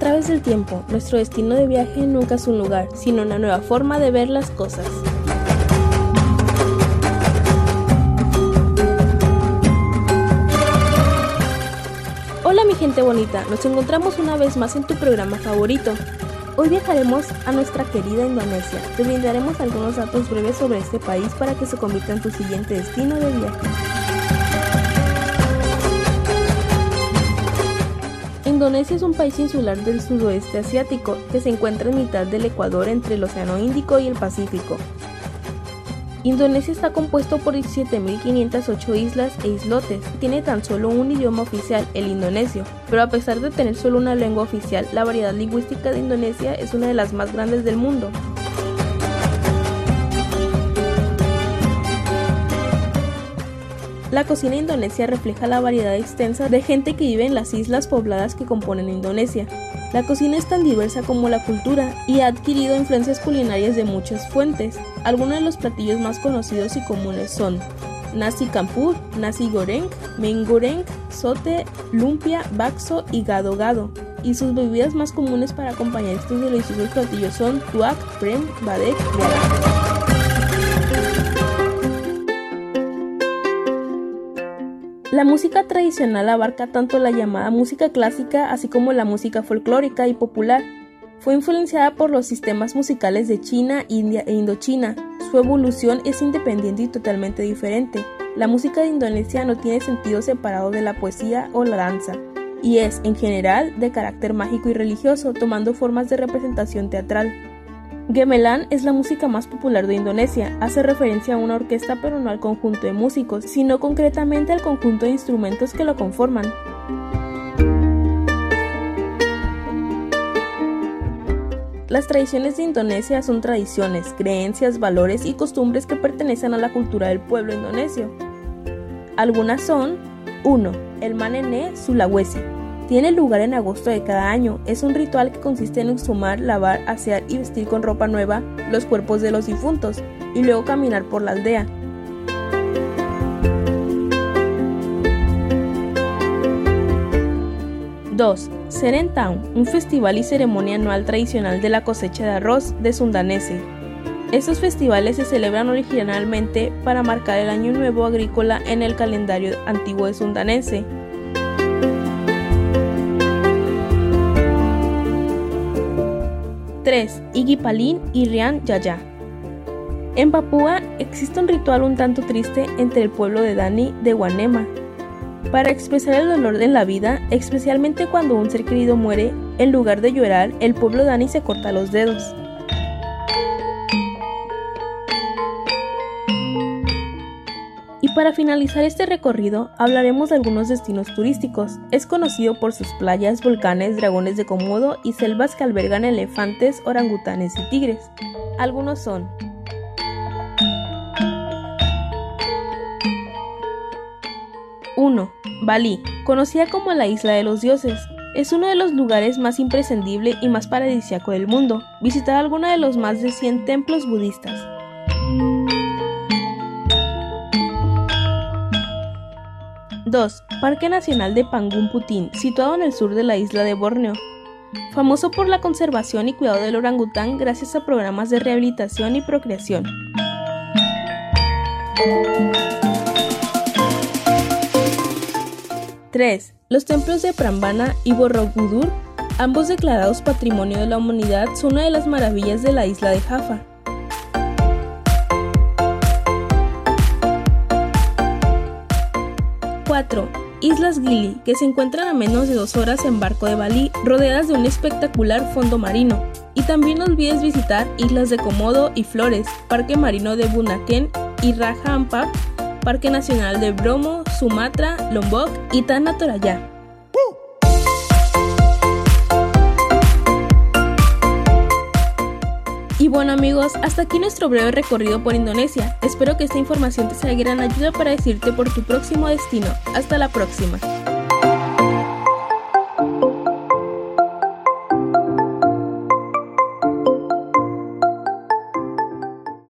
través del tiempo, nuestro destino de viaje nunca es un lugar, sino una nueva forma de ver las cosas. Hola mi gente bonita, nos encontramos una vez más en tu programa favorito. Hoy viajaremos a nuestra querida Indonesia. Te brindaremos algunos datos breves sobre este país para que se convierta en tu siguiente destino de viaje. Indonesia es un país insular del sudoeste asiático que se encuentra en mitad del Ecuador entre el Océano Índico y el Pacífico. Indonesia está compuesto por 17.508 islas e islotes. Tiene tan solo un idioma oficial, el indonesio, pero a pesar de tener solo una lengua oficial, la variedad lingüística de Indonesia es una de las más grandes del mundo. La cocina indonesia refleja la variedad extensa de gente que vive en las islas pobladas que componen Indonesia. La cocina es tan diversa como la cultura y ha adquirido influencias culinarias de muchas fuentes. Algunos de los platillos más conocidos y comunes son nasi campur, nasi goreng, mie goreng, sote, lumpia, bakso y gado-gado. Y sus bebidas más comunes para acompañar estos deliciosos platillos son tuak, prem, badek y arak. La música tradicional abarca tanto la llamada música clásica así como la música folclórica y popular. Fue influenciada por los sistemas musicales de China, India e Indochina. Su evolución es independiente y totalmente diferente. La música de Indonesia no tiene sentido separado de la poesía o la danza, y es, en general, de carácter mágico y religioso, tomando formas de representación teatral. Gamelan es la música más popular de Indonesia, hace referencia a una orquesta pero no al conjunto de músicos, sino concretamente al conjunto de instrumentos que lo conforman. Las tradiciones de Indonesia son tradiciones, creencias, valores y costumbres que pertenecen a la cultura del pueblo indonesio. Algunas son 1. El Manene Sulawesi. Tiene lugar en agosto de cada año. Es un ritual que consiste en exhumar, lavar, asear y vestir con ropa nueva los cuerpos de los difuntos y luego caminar por la aldea. Dos, Serentown, un festival y ceremonia anual tradicional de la cosecha de arroz de Sundanese. Estos festivales se celebran originalmente para marcar el año nuevo agrícola en el calendario antiguo de Sundanese. 3. Igipalin y Rian Yaya. En Papúa existe un ritual un tanto triste entre el pueblo de Dani de Guanema. Para expresar el dolor en la vida, especialmente cuando un ser querido muere, en lugar de llorar, el pueblo Dani se corta los dedos. Y para finalizar este recorrido, hablaremos de algunos destinos turísticos. Es conocido por sus playas, volcanes, dragones de Komodo y selvas que albergan elefantes, orangutanes y tigres. Algunos son: 1. Bali, conocida como la isla de los dioses. Es uno de los lugares más imprescindible y más paradisíaco del mundo. Visitar alguno de los más de 100 templos budistas. 2. Parque Nacional de Panggung Putin, situado en el sur de la isla de Borneo. Famoso por la conservación y cuidado del orangután gracias a programas de rehabilitación y procreación. 3. Los templos de Prambanan y Borobudur, ambos declarados Patrimonio de la Humanidad, son una de las maravillas de la isla de Java. 4. Islas Gili, que se encuentran a menos de 2 horas en barco de Bali, rodeadas de un espectacular fondo marino. Y también no olvides visitar Islas de Komodo y Flores, Parque Marino de Bunaken y Raja Ampat, Parque Nacional de Bromo, Sumatra, Lombok y Tanah Toraja. Y bueno amigos, hasta aquí nuestro breve recorrido por Indonesia. Espero que esta información te sea de gran ayuda para decirte por tu próximo destino. Hasta la próxima.